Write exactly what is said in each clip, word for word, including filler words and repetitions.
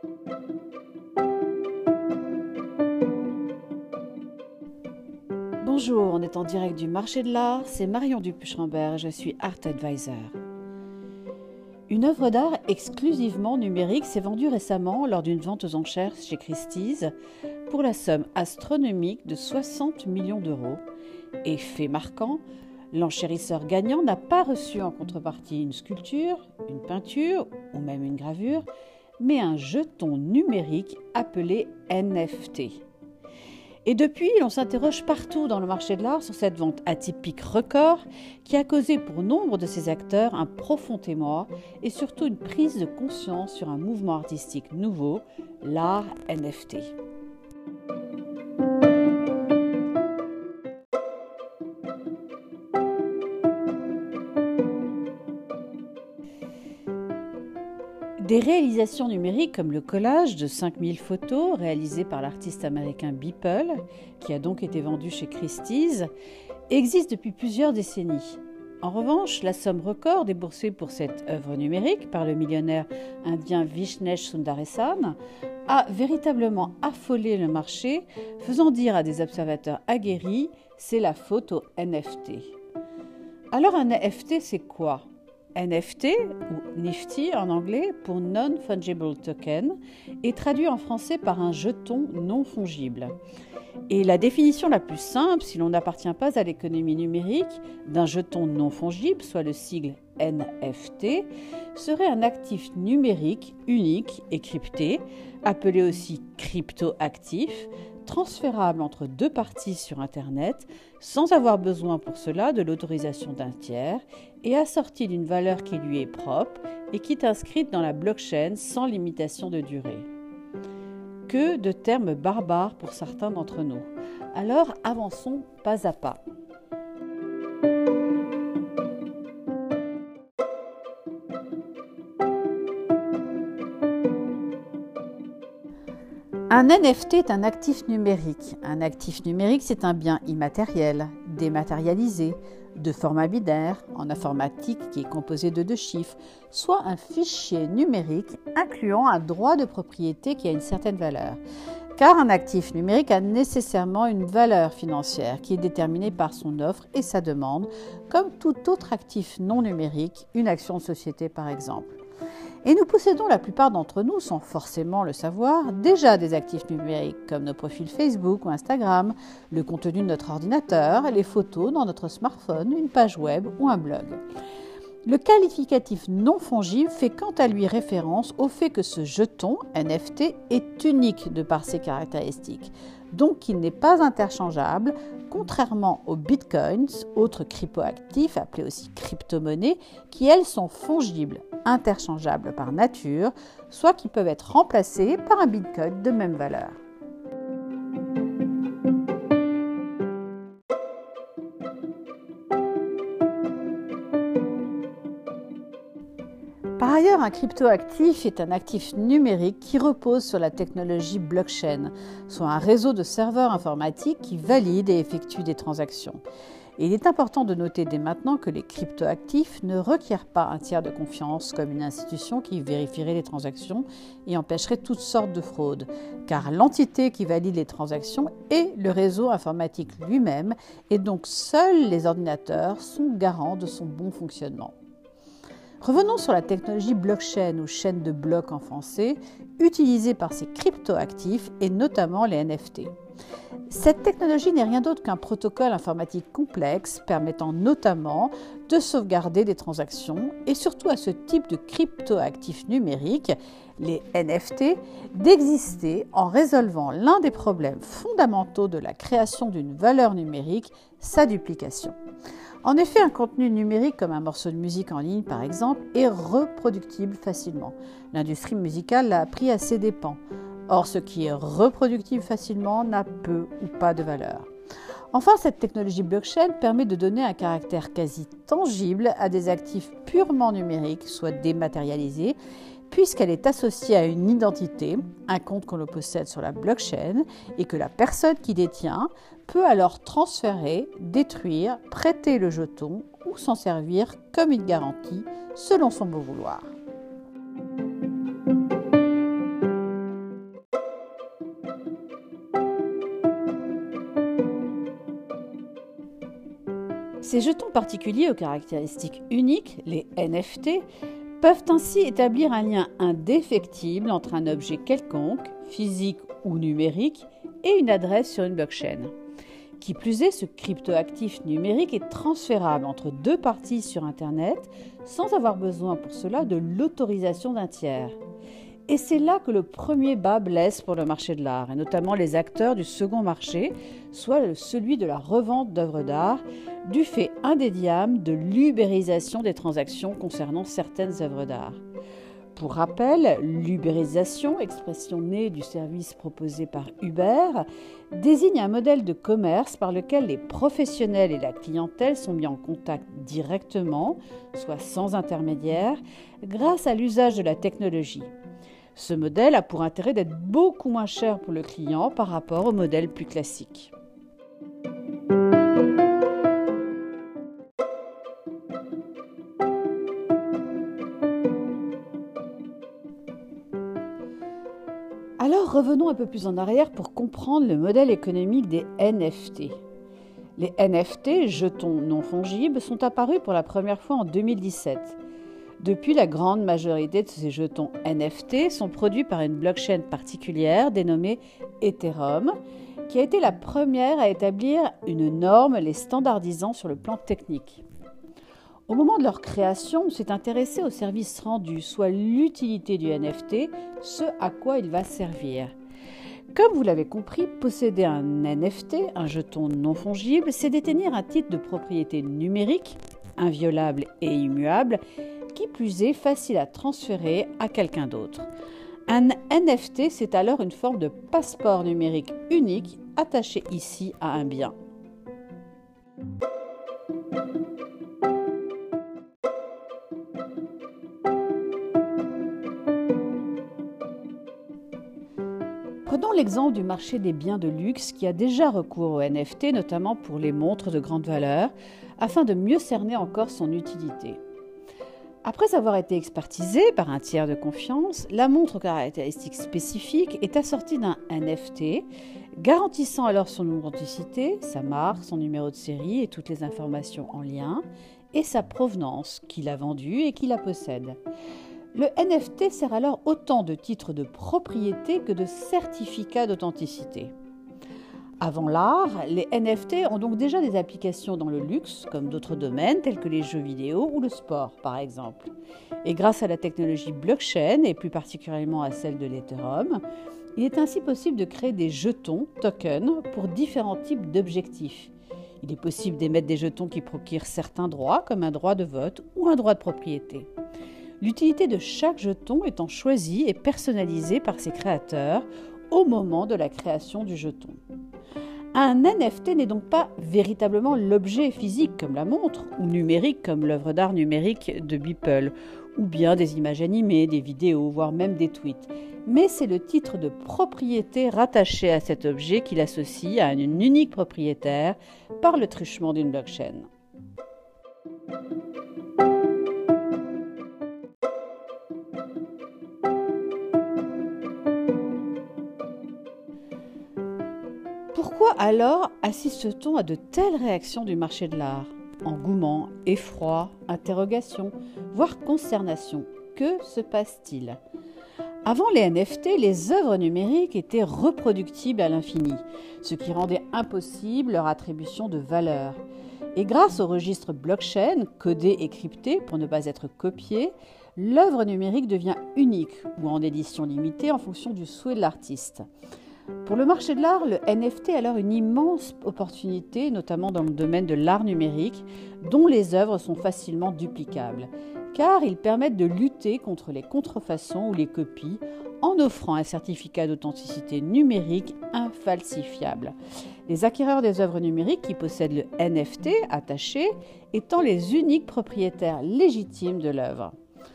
Bonjour, on est en direct du marché de l'art, c'est Marion Dupuche-Rambert et je suis Art Advisor. Une œuvre d'art exclusivement numérique s'est vendue récemment lors d'une vente aux enchères chez Christie's pour la somme astronomique de soixante millions d'euros. Et fait marquant, l'enchérisseur gagnant n'a pas reçu en contrepartie une sculpture, une peinture ou même une gravure, mais un jeton numérique appelé N F T. Et depuis, l'on s'interroge partout dans le marché de l'art sur cette vente atypique record qui a causé pour nombre de ses acteurs un profond émoi et surtout une prise de conscience sur un mouvement artistique nouveau, l'art N F T. Des réalisations numériques comme le collage de cinq mille photos réalisé par l'artiste américain Beeple, qui a donc été vendu chez Christie's, existent depuis plusieurs décennies. En revanche, la somme record déboursée pour cette œuvre numérique par le millionnaire indien Vishnesh Sundaresan a véritablement affolé le marché, faisant dire à des observateurs aguerris « c'est la photo N F T ». Alors un N F T, c'est quoi ? N F T, ou Nifty en anglais, pour Non-Fungible Token, est traduit en français par un jeton non fongible. Et la définition la plus simple, si l'on n'appartient pas à l'économie numérique, d'un jeton non fongible, soit le sigle N F T, serait un actif numérique unique et crypté, appelé aussi crypto-actif, transférable entre deux parties sur Internet, sans avoir besoin pour cela de l'autorisation d'un tiers, et assorti d'une valeur qui lui est propre et qui est inscrite dans la blockchain sans limitation de durée. Que de termes barbares pour certains d'entre nous. Alors avançons pas à pas. Un N F T est un actif numérique. Un actif numérique, c'est un bien immatériel, dématérialisé, de format binaire, en informatique qui est composé de deux chiffres, soit un fichier numérique incluant un droit de propriété qui a une certaine valeur. Car un actif numérique a nécessairement une valeur financière qui est déterminée par son offre et sa demande, comme tout autre actif non numérique, une action de société par exemple. Et nous possédons, la plupart d'entre nous, sans forcément le savoir, déjà des actifs numériques comme nos profils Facebook ou Instagram, le contenu de notre ordinateur, les photos dans notre smartphone, une page web ou un blog. Le qualificatif non fongible fait quant à lui référence au fait que ce jeton, N F T, est unique de par ses caractéristiques, donc qu'il n'est pas interchangeable, contrairement aux bitcoins, autres cryptoactifs appelés aussi crypto-monnaies, qui elles sont fongibles, interchangeables par nature, soit qui peuvent être remplacés par un bitcoin de même valeur. Par ailleurs, un cryptoactif est un actif numérique qui repose sur la technologie blockchain, soit un réseau de serveurs informatiques qui valident et effectuent des transactions. Et il est important de noter dès maintenant que les cryptoactifs ne requièrent pas un tiers de confiance comme une institution qui vérifierait les transactions et empêcherait toutes sortes de fraudes, car l'entité qui valide les transactions est le réseau informatique lui-même et donc seuls les ordinateurs sont garants de son bon fonctionnement. Revenons sur la technologie blockchain ou chaîne de blocs en français, utilisée par ces cryptoactifs et notamment les N F T. Cette technologie n'est rien d'autre qu'un protocole informatique complexe permettant notamment de sauvegarder des transactions et surtout à ce type de cryptoactifs numériques, les N F T, d'exister en résolvant l'un des problèmes fondamentaux de la création d'une valeur numérique, sa duplication. En effet, un contenu numérique comme un morceau de musique en ligne, par exemple, est reproductible facilement. L'industrie musicale l'a appris à ses dépens. Or, ce qui est reproductible facilement n'a peu ou pas de valeur. Enfin, cette technologie blockchain permet de donner un caractère quasi tangible à des actifs purement numériques, soit dématérialisés, puisqu'elle est associée à une identité, un compte qu'on le possède sur la blockchain, et que la personne qui détient peut alors transférer, détruire, prêter le jeton ou s'en servir comme une garantie selon son bon vouloir. Ces jetons particuliers aux caractéristiques uniques, les N F T, peuvent ainsi établir un lien indéfectible entre un objet quelconque, physique ou numérique, et une adresse sur une blockchain. Qui plus est, ce cryptoactif numérique est transférable entre deux parties sur Internet sans avoir besoin pour cela de l'autorisation d'un tiers. Et c'est là que le premier bât blesse pour le marché de l'art, et notamment les acteurs du second marché, soit celui de la revente d'œuvres d'art, du fait indéniable de l'ubérisation des transactions concernant certaines œuvres d'art. Pour rappel, l'ubérisation, expression née du service proposé par Uber, désigne un modèle de commerce par lequel les professionnels et la clientèle sont mis en contact directement, soit sans intermédiaire, grâce à l'usage de la technologie. Ce modèle a pour intérêt d'être beaucoup moins cher pour le client par rapport au modèle plus classique. Alors revenons un peu plus en arrière pour comprendre le modèle économique des N F T. Les N F T, jetons non fongibles, sont apparus pour la première fois en deux mille dix-sept. Depuis, la grande majorité de ces jetons N F T sont produits par une blockchain particulière dénommée Ethereum, qui a été la première à établir une norme les standardisant sur le plan technique. Au moment de leur création, on s'est intéressé au service rendu, soit l'utilité du N F T, ce à quoi il va servir. Comme vous l'avez compris, posséder un N F T, un jeton non fongible, c'est détenir un titre de propriété numérique, inviolable et immuable, qui plus est facile à transférer à quelqu'un d'autre. Un N F T, c'est alors une forme de passeport numérique unique attaché ici à un bien. Prenons l'exemple du marché des biens de luxe qui a déjà recours au N F T, notamment pour les montres de grande valeur, afin de mieux cerner encore son utilité. Après avoir été expertisée par un tiers de confiance, la montre aux caractéristiques spécifiques est assortie d'un N F T, garantissant alors son authenticité, sa marque, son numéro de série et toutes les informations en lien, et sa provenance, qui l'a vendue et qui la possède. Le N F T sert alors autant de titres de propriété que de certificats d'authenticité. Avant l'art, les N F T ont donc déjà des applications dans le luxe, comme d'autres domaines tels que les jeux vidéo ou le sport, par exemple. Et grâce à la technologie blockchain, et plus particulièrement à celle de l'Ethereum, il est ainsi possible de créer des jetons, tokens, pour différents types d'objectifs. Il est possible d'émettre des jetons qui procurent certains droits, comme un droit de vote ou un droit de propriété. L'utilité de chaque jeton étant choisie et personnalisée par ses créateurs au moment de la création du jeton. Un N F T n'est donc pas véritablement l'objet physique comme la montre, ou numérique comme l'œuvre d'art numérique de Beeple, ou bien des images animées, des vidéos, voire même des tweets. Mais c'est le titre de propriété rattaché à cet objet qu'il associe à un unique propriétaire par le truchement d'une blockchain. Pourquoi alors assiste-t-on à de telles réactions du marché de l'art ? Engouement, effroi, interrogation, voire consternation. Que se passe-t-il ? Avant les N F T, les œuvres numériques étaient reproductibles à l'infini, ce qui rendait impossible leur attribution de valeur. Et grâce au registre blockchain, codé et crypté pour ne pas être copié, l'œuvre numérique devient unique ou en édition limitée en fonction du souhait de l'artiste. Pour le marché de l'art, le N F T a alors une immense opportunité, notamment dans le domaine de l'art numérique, dont les œuvres sont facilement duplicables, car ils permettent de lutter contre les contrefaçons ou les copies en offrant un certificat d'authenticité numérique infalsifiable. Les acquéreurs des œuvres numériques qui possèdent le N F T attaché étant les uniques propriétaires légitimes de l'œuvre.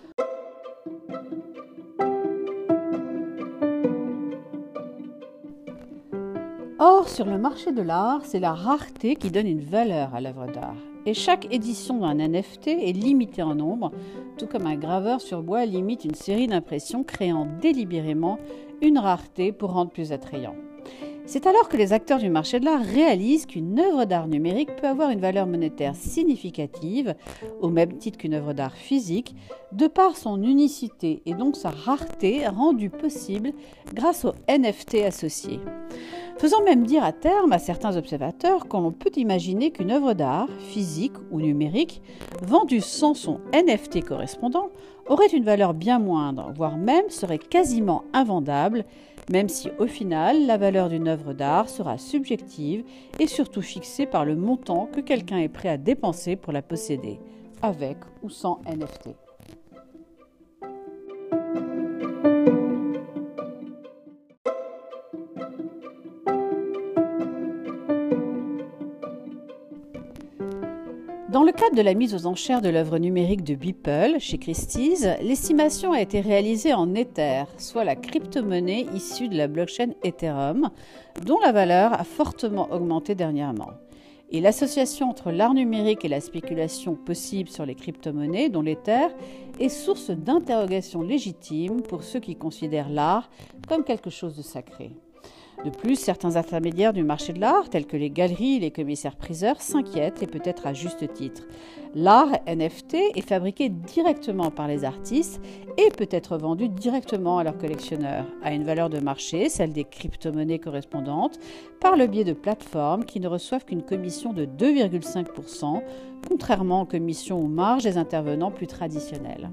Or, sur le marché de l'art, c'est la rareté qui donne une valeur à l'œuvre d'art. Et chaque édition d'un N F T est limitée en nombre, tout comme un graveur sur bois limite une série d'impressions créant délibérément une rareté pour rendre plus attrayant. C'est alors que les acteurs du marché de l'art réalisent qu'une œuvre d'art numérique peut avoir une valeur monétaire significative, au même titre qu'une œuvre d'art physique, de par son unicité et donc sa rareté rendue possible grâce aux N F T associés. Faisant même dire à terme à certains observateurs qu'on peut imaginer qu'une œuvre d'art, physique ou numérique, vendue sans son N F T correspondant, aurait une valeur bien moindre, voire même serait quasiment invendable, même si au final, la valeur d'une œuvre d'art sera subjective et surtout fixée par le montant que quelqu'un est prêt à dépenser pour la posséder, avec ou sans N F T. Dans le cadre de la mise aux enchères de l'œuvre numérique de Beeple chez Christie's, l'estimation a été réalisée en Ether, soit la crypto-monnaie issue de la blockchain Ethereum, dont la valeur a fortement augmenté dernièrement. Et l'association entre l'art numérique et la spéculation possible sur les crypto-monnaies, dont l'Ether, est source d'interrogations légitimes pour ceux qui considèrent l'art comme quelque chose de sacré. De plus, certains intermédiaires du marché de l'art, tels que les galeries et les commissaires-priseurs, s'inquiètent, et peut-être à juste titre. L'art N F T est fabriqué directement par les artistes et peut être vendu directement à leurs collectionneurs, à une valeur de marché, celle des crypto-monnaies correspondantes, par le biais de plateformes qui ne reçoivent qu'une commission de deux virgule cinq pour cent, contrairement aux commissions ou marges des intervenants plus traditionnels.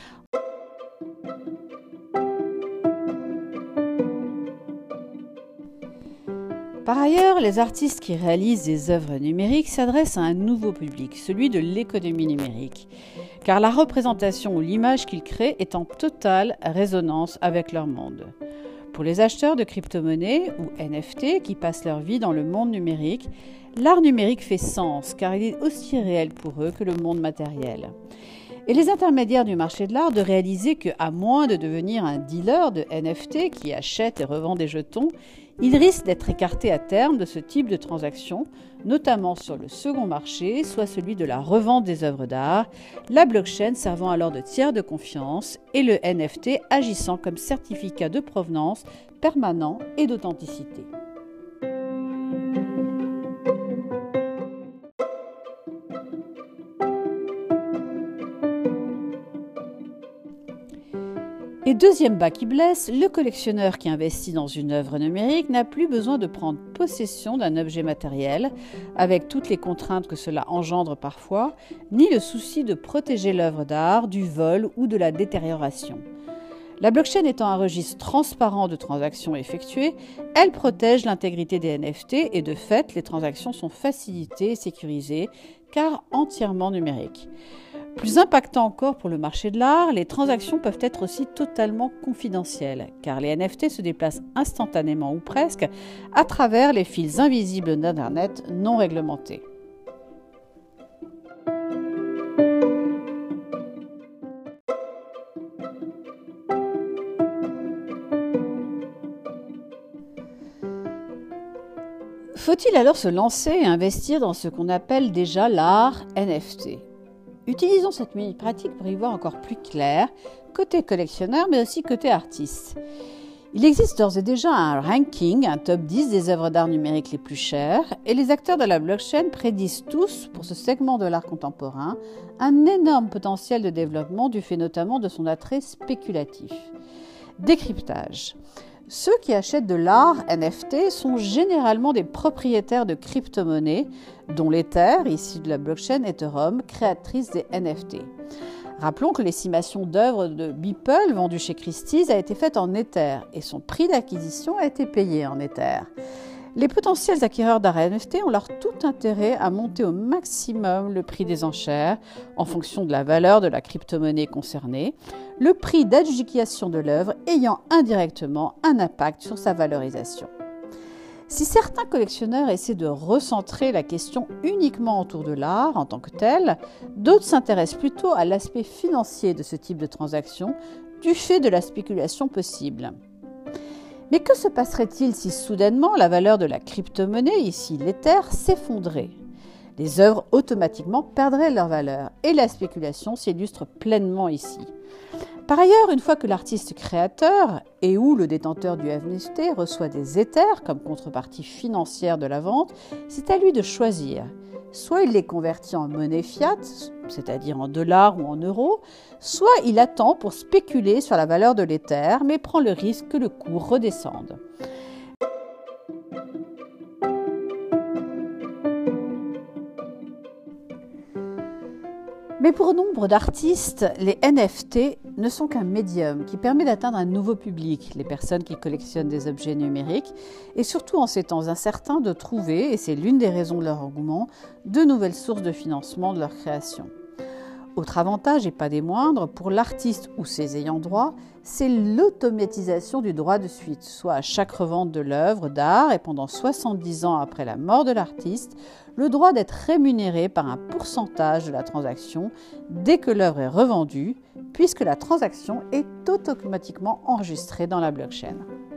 Par ailleurs, les artistes qui réalisent des œuvres numériques s'adressent à un nouveau public, celui de l'économie numérique, car la représentation ou l'image qu'ils créent est en totale résonance avec leur monde. Pour les acheteurs de crypto-monnaies ou N F T qui passent leur vie dans le monde numérique, l'art numérique fait sens, car il est aussi réel pour eux que le monde matériel. Et les intermédiaires du marché de l'art de réaliser qu'à moins de devenir un dealer de N F T qui achète et revend des jetons, ils risquent d'être écartés à terme de ce type de transactions, notamment sur le second marché, soit celui de la revente des œuvres d'art, la blockchain servant alors de tiers de confiance et le N F T agissant comme certificat de provenance permanent et d'authenticité. Et deuxième bas qui blesse, le collectionneur qui investit dans une œuvre numérique n'a plus besoin de prendre possession d'un objet matériel, avec toutes les contraintes que cela engendre parfois, ni le souci de protéger l'œuvre d'art du vol ou de la détérioration. La blockchain étant un registre transparent de transactions effectuées, elle protège l'intégrité des N F T et de fait, les transactions sont facilitées et sécurisées, car entièrement numériques. Plus impactant encore pour le marché de l'art, les transactions peuvent être aussi totalement confidentielles, car les N F T se déplacent instantanément ou presque à travers les fils invisibles d'Internet non réglementés. Faut-il alors se lancer et investir dans ce qu'on appelle déjà l'art N F T ? Utilisons cette mini-pratique pour y voir encore plus clair, côté collectionneur mais aussi côté artiste. Il existe d'ores et déjà un ranking, un top dix des œuvres d'art numérique les plus chères, et les acteurs de la blockchain prédisent tous, pour ce segment de l'art contemporain, un énorme potentiel de développement du fait notamment de son attrait spéculatif. Décryptage. Ceux qui achètent de l'art N F T sont généralement des propriétaires de crypto-monnaies, dont l'Ether, issu de la blockchain Ethereum, créatrice des N F T. Rappelons que l'estimation d'œuvres de Beeple vendues chez Christie's a été faite en Ether et son prix d'acquisition a été payé en Ether. Les potentiels acquéreurs d'art N F T ont alors tout intérêt à monter au maximum le prix des enchères en fonction de la valeur de la crypto-monnaie concernée, le prix d'adjudication de l'œuvre ayant indirectement un impact sur sa valorisation. Si certains collectionneurs essaient de recentrer la question uniquement autour de l'art en tant que tel, d'autres s'intéressent plutôt à l'aspect financier de ce type de transaction du fait de la spéculation possible. Mais que se passerait-il si soudainement la valeur de la crypto-monnaie, ici l'Ether, s'effondrait ? Les œuvres automatiquement perdraient leur valeur et la spéculation s'illustre pleinement ici. Par ailleurs, une fois que l'artiste créateur et ou le détenteur du N F T reçoit des Ethers comme contrepartie financière de la vente, c'est à lui de choisir. Soit il les convertit en monnaie fiat, c'est-à-dire en dollars ou en euros, soit il attend pour spéculer sur la valeur de l'Ether, mais prend le risque que le cours redescende. Mais pour nombre d'artistes, les N F T ne sont qu'un médium qui permet d'atteindre un nouveau public, les personnes qui collectionnent des objets numériques, et surtout en ces temps incertains de trouver, et c'est l'une des raisons de leur engouement, de nouvelles sources de financement de leur création. Autre avantage, et pas des moindres, pour l'artiste ou ses ayants droit, c'est l'automatisation du droit de suite, soit à chaque revente de l'œuvre d'art et pendant soixante-dix ans après la mort de l'artiste, le droit d'être rémunéré par un pourcentage de la transaction dès que l'œuvre est revendue, puisque la transaction est automatiquement enregistrée dans la blockchain.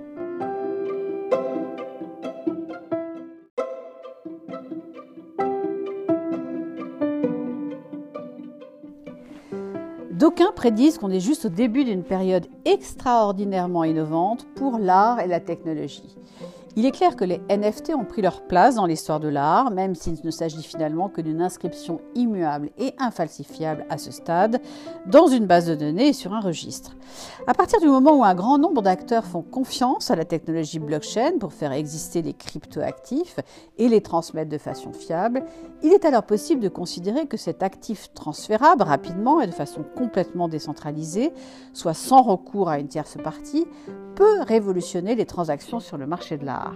D'aucuns prédisent qu'on est juste au début d'une période extraordinairement innovante pour l'art et la technologie. Il est clair que les N F T ont pris leur place dans l'histoire de l'art, même s'il ne s'agit finalement que d'une inscription immuable et infalsifiable à ce stade, dans une base de données et sur un registre. À partir du moment où un grand nombre d'acteurs font confiance à la technologie blockchain pour faire exister les cryptoactifs et les transmettre de façon fiable, il est alors possible de considérer que cet actif transférable rapidement et de façon complètement décentralisée, soit sans recours à une tierce partie, peut révolutionner les transactions sur le marché de l'art.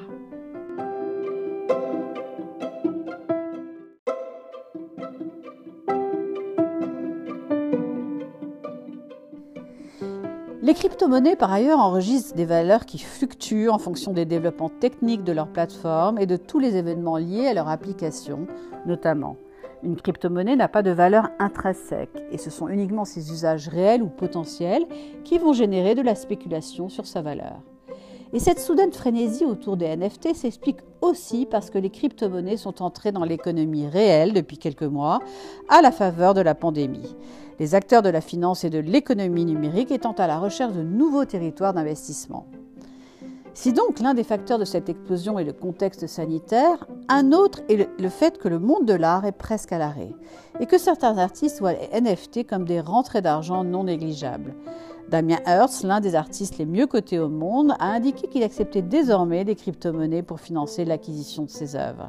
Les crypto-monnaies, par ailleurs, enregistrent des valeurs qui fluctuent en fonction des développements techniques de leur plateforme et de tous les événements liés à leur application, notamment. Une crypto-monnaie n'a pas de valeur intrinsèque et ce sont uniquement ses usages réels ou potentiels qui vont générer de la spéculation sur sa valeur. Et cette soudaine frénésie autour des N F T s'explique aussi parce que les crypto-monnaies sont entrées dans l'économie réelle depuis quelques mois à la faveur de la pandémie. Les acteurs de la finance et de l'économie numérique étant à la recherche de nouveaux territoires d'investissement. Si donc l'un des facteurs de cette explosion est le contexte sanitaire, un autre est le fait que le monde de l'art est presque à l'arrêt et que certains artistes voient les N F T comme des rentrées d'argent non négligeables. Damien Hirst, l'un des artistes les mieux cotés au monde, a indiqué qu'il acceptait désormais les crypto-monnaies pour financer l'acquisition de ses œuvres.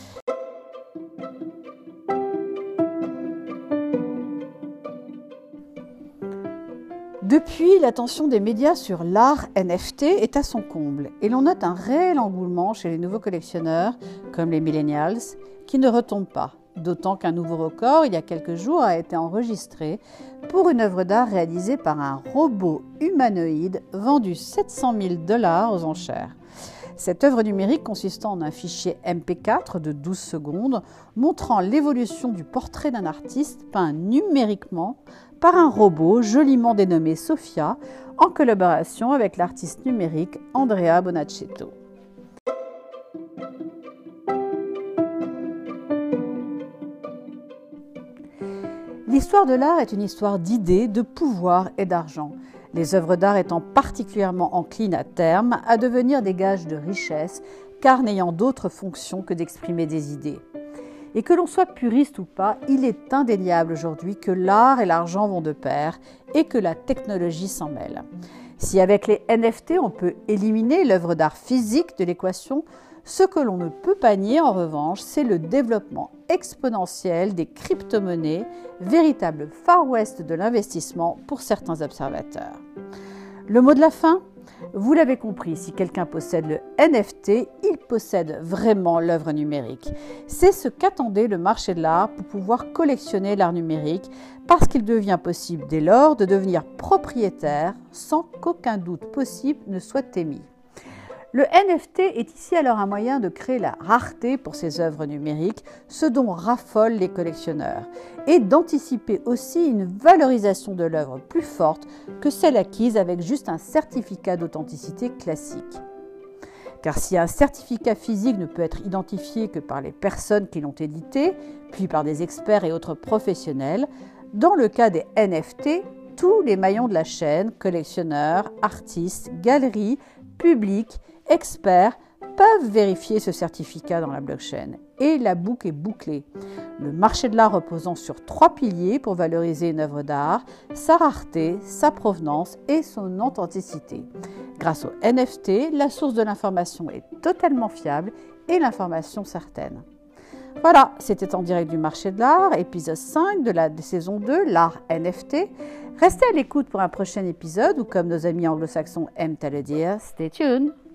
Depuis, l'attention des médias sur l'art N F T est à son comble et l'on note un réel engouement chez les nouveaux collectionneurs, comme les millennials, qui ne retombent pas. D'autant qu'un nouveau record, il y a quelques jours, a été enregistré pour une œuvre d'art réalisée par un robot humanoïde vendu sept cent mille dollars aux enchères. Cette œuvre numérique consistant en un fichier M P quatre de douze secondes, montrant l'évolution du portrait d'un artiste peint numériquement par un robot joliment dénommé Sophia, en collaboration avec l'artiste numérique Andrea Bonacetto. L'histoire de l'art est une histoire d'idées, de pouvoir et d'argent. Les œuvres d'art étant particulièrement enclines à terme à devenir des gages de richesse, car n'ayant d'autre fonction que d'exprimer des idées. Et que l'on soit puriste ou pas, il est indéniable aujourd'hui que l'art et l'argent vont de pair et que la technologie s'en mêle. Si avec les N F T on peut éliminer l'œuvre d'art physique de l'équation, ce que l'on ne peut pas nier en revanche, c'est le développement exponentiel des crypto-monnaies, véritable Far West de l'investissement pour certains observateurs. Le mot de la fin ? Vous l'avez compris, si quelqu'un possède le N F T, il possède vraiment l'œuvre numérique. C'est ce qu'attendait le marché de l'art pour pouvoir collectionner l'art numérique, parce qu'il devient possible dès lors de devenir propriétaire sans qu'aucun doute possible ne soit émis. Le N F T est ici alors un moyen de créer la rareté pour ces œuvres numériques, ce dont raffolent les collectionneurs, et d'anticiper aussi une valorisation de l'œuvre plus forte que celle acquise avec juste un certificat d'authenticité classique. Car si un certificat physique ne peut être identifié que par les personnes qui l'ont édité, puis par des experts et autres professionnels, dans le cas des N F T, tous les maillons de la chaîne, collectionneurs, artistes, galeries, publics, experts, peuvent vérifier ce certificat dans la blockchain. Et la boucle est bouclée. Le marché de l'art reposant sur trois piliers pour valoriser une œuvre d'art, sa rareté, sa provenance et son authenticité. Grâce au N F T, la source de l'information est totalement fiable et l'information certaine. Voilà, c'était En direct du marché de l'art, épisode cinq de la saison deux, l'art N F T. Restez à l'écoute pour un prochain épisode ou comme nos amis anglo-saxons aiment à le dire, stay tuned.